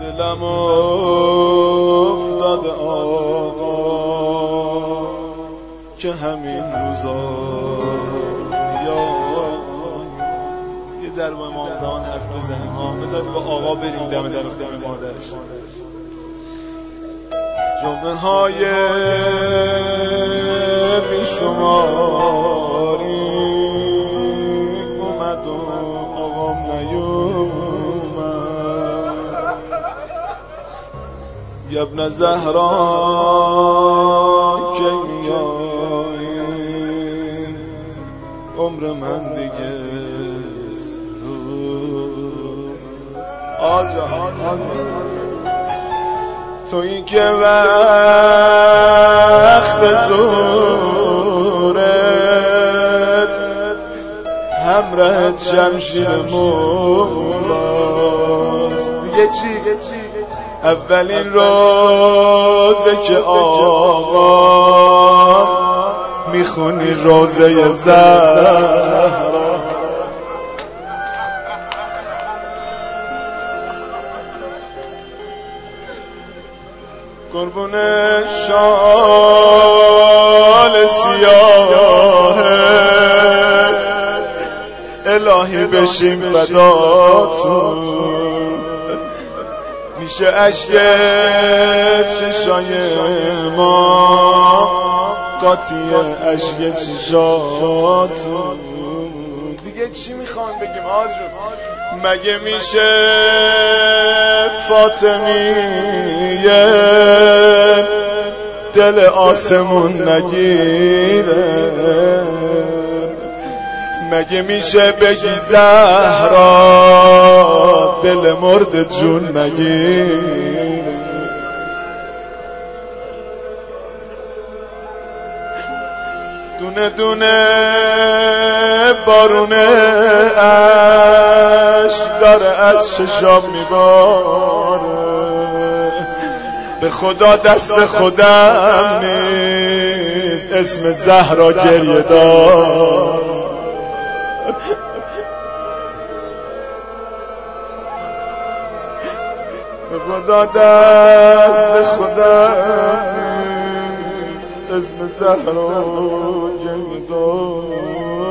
دلم افتاد آقا که همین روزا یه ذره با امام زمان حرف بزنیم ها، بذارید با آقا بریم دم در خونه مادرش. جمعه های بیشماری اومد و آقام نیومد. یا ابن زهرا که میایی عمر من دیگه آجا تو این که وقت زورت همراه شمشیر مولاست دیگه چی؟ اولین روزه که آقا میخونی روزه زهرا. قربون شال سیاهت الهی بشیم فداتون. میشه عشق چشای ما قاطی عشق چشاتون. دیگه چی میخوام بگیم آجون؟ مگه میشه فاطمیه دل آسمون نگیره؟ مگه میشه بگی زهرا دل مرد جون نگیره؟ دونه دونه بارونه عشق داره از چشام میباره. به خدا دست خودم نیست اسم زهرا گریه دار. به خدا دست خودم نیست اسم زهرا گریه دار.